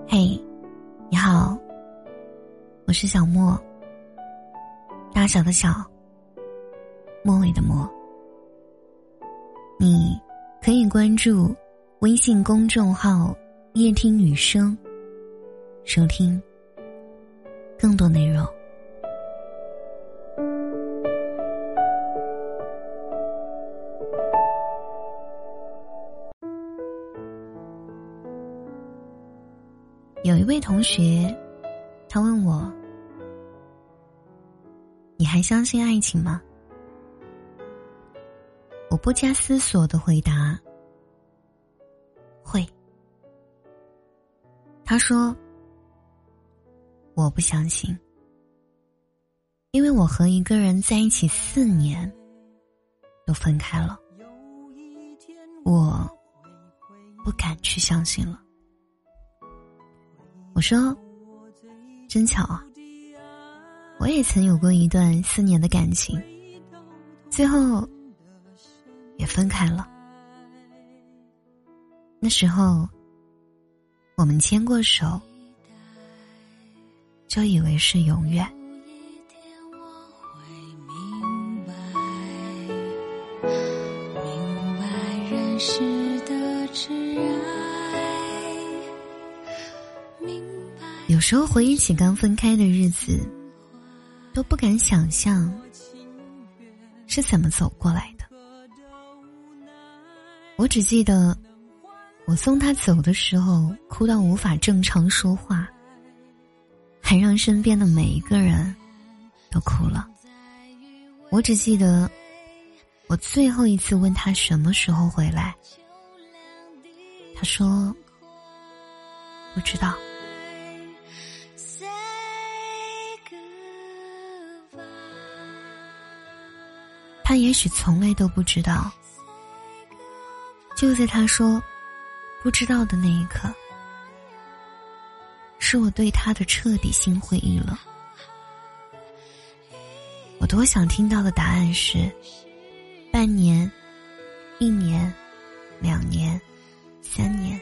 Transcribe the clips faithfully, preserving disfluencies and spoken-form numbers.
嘿，你好，我是小莫，大小的小，末尾的末。你可以关注微信公众号夜听女生，收听更多内容。有一位同学，他问我，你还相信爱情吗？我不加思索地回答，会。他说，我不相信，因为我和一个人在一起四年都分开了，我不敢去相信了。我说，真巧啊，我也曾有过一段四年的感情，最后也分开了。那时候我们牵过手，就以为是永远。 明白人世的挚爱， 有时候回忆起刚分开的日子，都不敢想象是怎么走过来的。我只记得我送他走的时候哭到无法正常说话，还让身边的每一个人都哭了。我只记得我最后一次问他什么时候回来，他说不知道。他也许从来都不知道，就在他说不知道的那一刻，是我对他的彻底心灰意冷。我多想听到的答案是半年、一年、两年、三年。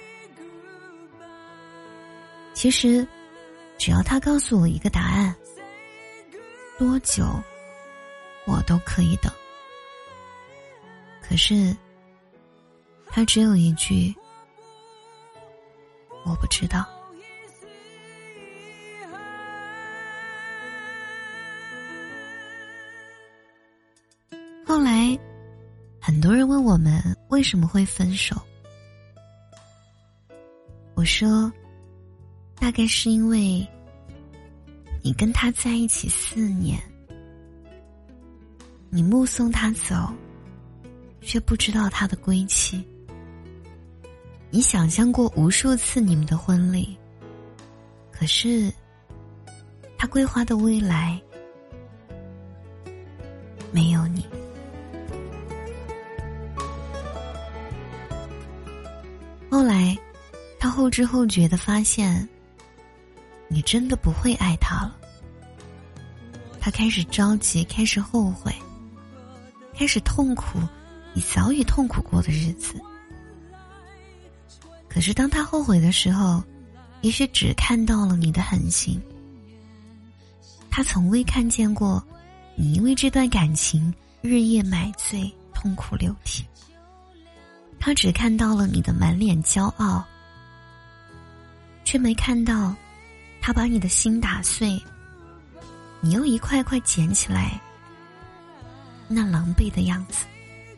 其实只要他告诉我一个答案，多久我都可以等。可是他只有一句，我不知道。后来很多人问我们为什么会分手，我说大概是因为你跟他在一起四年，你目送他走，却不知道他的归期。你想象过无数次你们的婚礼，可是他规划的未来没有你。后来他后知后觉地发现你真的不会爱他了，他开始着急，开始后悔，开始痛苦你早已痛苦过的日子。可是当他后悔的时候，也许只看到了你的狠心，他从未看见过你因为这段感情日夜买醉，痛哭流涕。他只看到了你的满脸骄傲，却没看到他把你的心打碎，你又一块块捡起来，那狼狈的样子。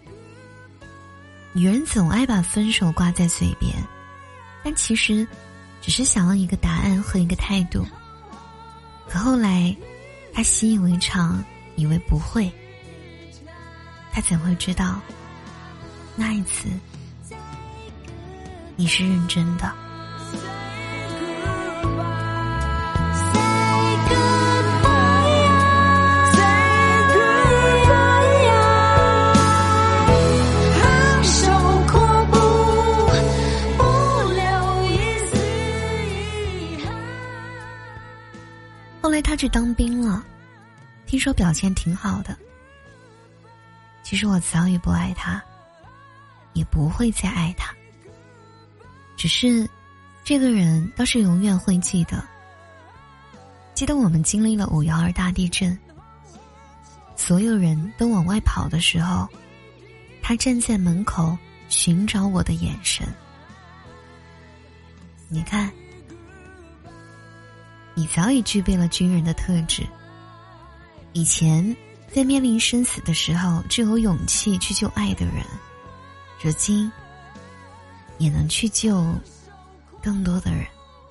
女人总爱把分手挂在嘴边，但其实只是想要一个答案和一个态度。可后来她习以为常，以为不会，她怎会知道那一次你是认真的。后来他去当兵了，听说表现挺好的。其实我早已不爱他，也不会再爱他，只是这个人倒是永远会记得。记得我们经历了五幺二大地震，所有人都往外跑的时候，他站在门口寻找我的眼神。你看，你早已具备了军人的特质。以前在面临生死的时候就有勇气去救爱的人，如今也能去救更多的人。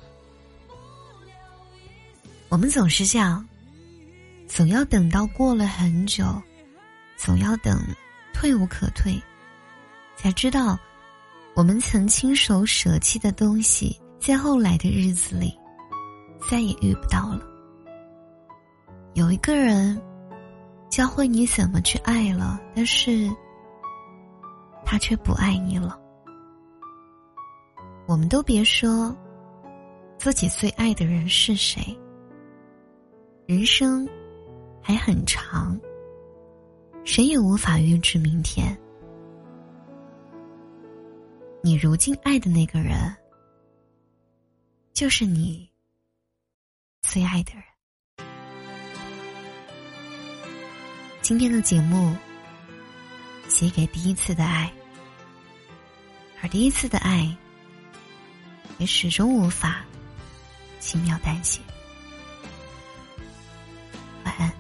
我们总是想，总要等到过了很久，总要等退无可退，才知道我们曾亲手舍弃的东西，在后来的日子里再也遇不到了。有一个人教会你怎么去爱了，但是他却不爱你了。我们都别说自己最爱的人是谁，人生还很长，谁也无法预知明天。你如今爱的那个人，就是你最爱的人。今天的节目写给第一次的爱，而第一次的爱也始终无法轻描淡写。晚安。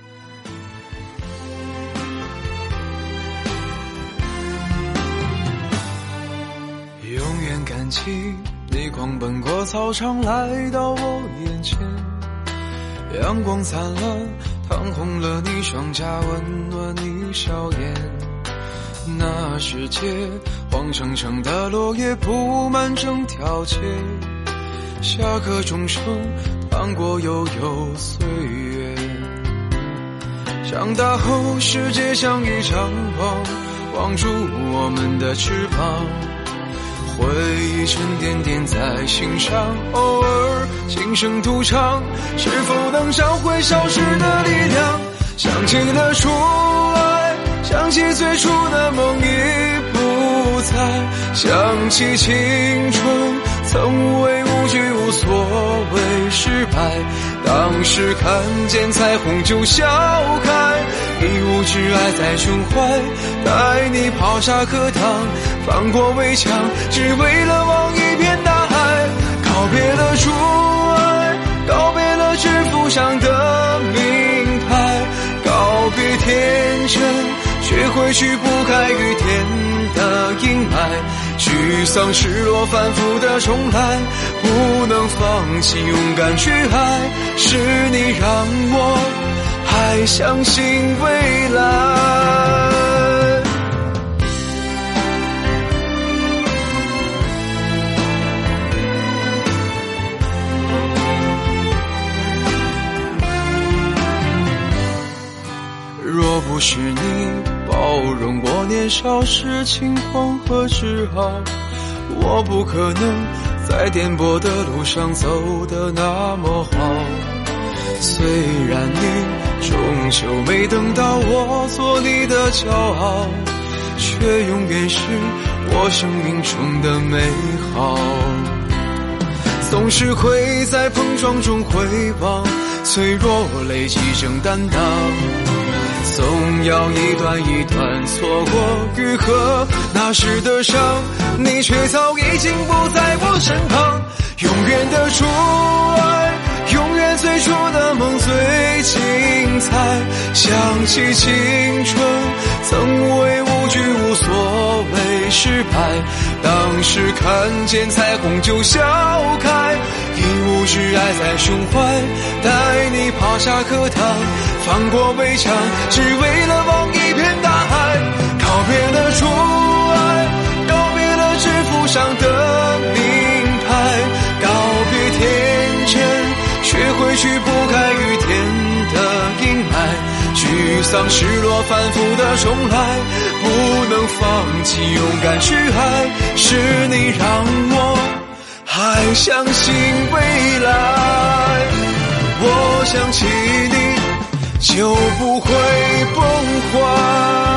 永远感激你狂奔过操场来到我眼前，阳光灿烂烫红了你双颊，温暖你笑颜。那世界黄澄澄的落叶铺满整条街，下课钟声伴过悠悠岁月。长大后世界像一场梦，望住我们的翅膀，回忆沉甸甸在心上，偶尔轻声独唱，是否能找回消失的力量？想起了初爱，想起最初的梦已不在，想起青春曾无畏无惧无所谓失败，当时看见彩虹就笑开，一无挚爱在胸怀，带你跑下课堂，翻过围墙，只为了望一片大海。告别了初爱，告别了制服上的名牌，告别天真，学会去拨开雨天的阴霾，沮丧失落反复的重来，不能放弃勇敢去爱，是你让我还相信未来。若不是你包容我年少时轻狂和自傲，我不可能在颠簸的路上走得那么好。虽然你终究没等到我做你的骄傲，却永远是我生命中的美好。总是会在碰撞中回望，脆弱累积成担当，总要一段一段错过愈合那时的伤，你却早已经不在我身旁。永远的初爱，永远最初的梦最精彩，想起青春曾无畏无惧无所谓失败，当时看见彩虹就笑开，一无挚爱在胸怀，带你跑下课堂，翻过围墙，只为了望一片大海。告别了初爱，告别了制服上的名牌，告别天真，学会去拨开雨天的阴霾，沮丧失落反复的重来，不能放弃勇敢去爱，是你让我还相信未来。我想起你就不会崩坏。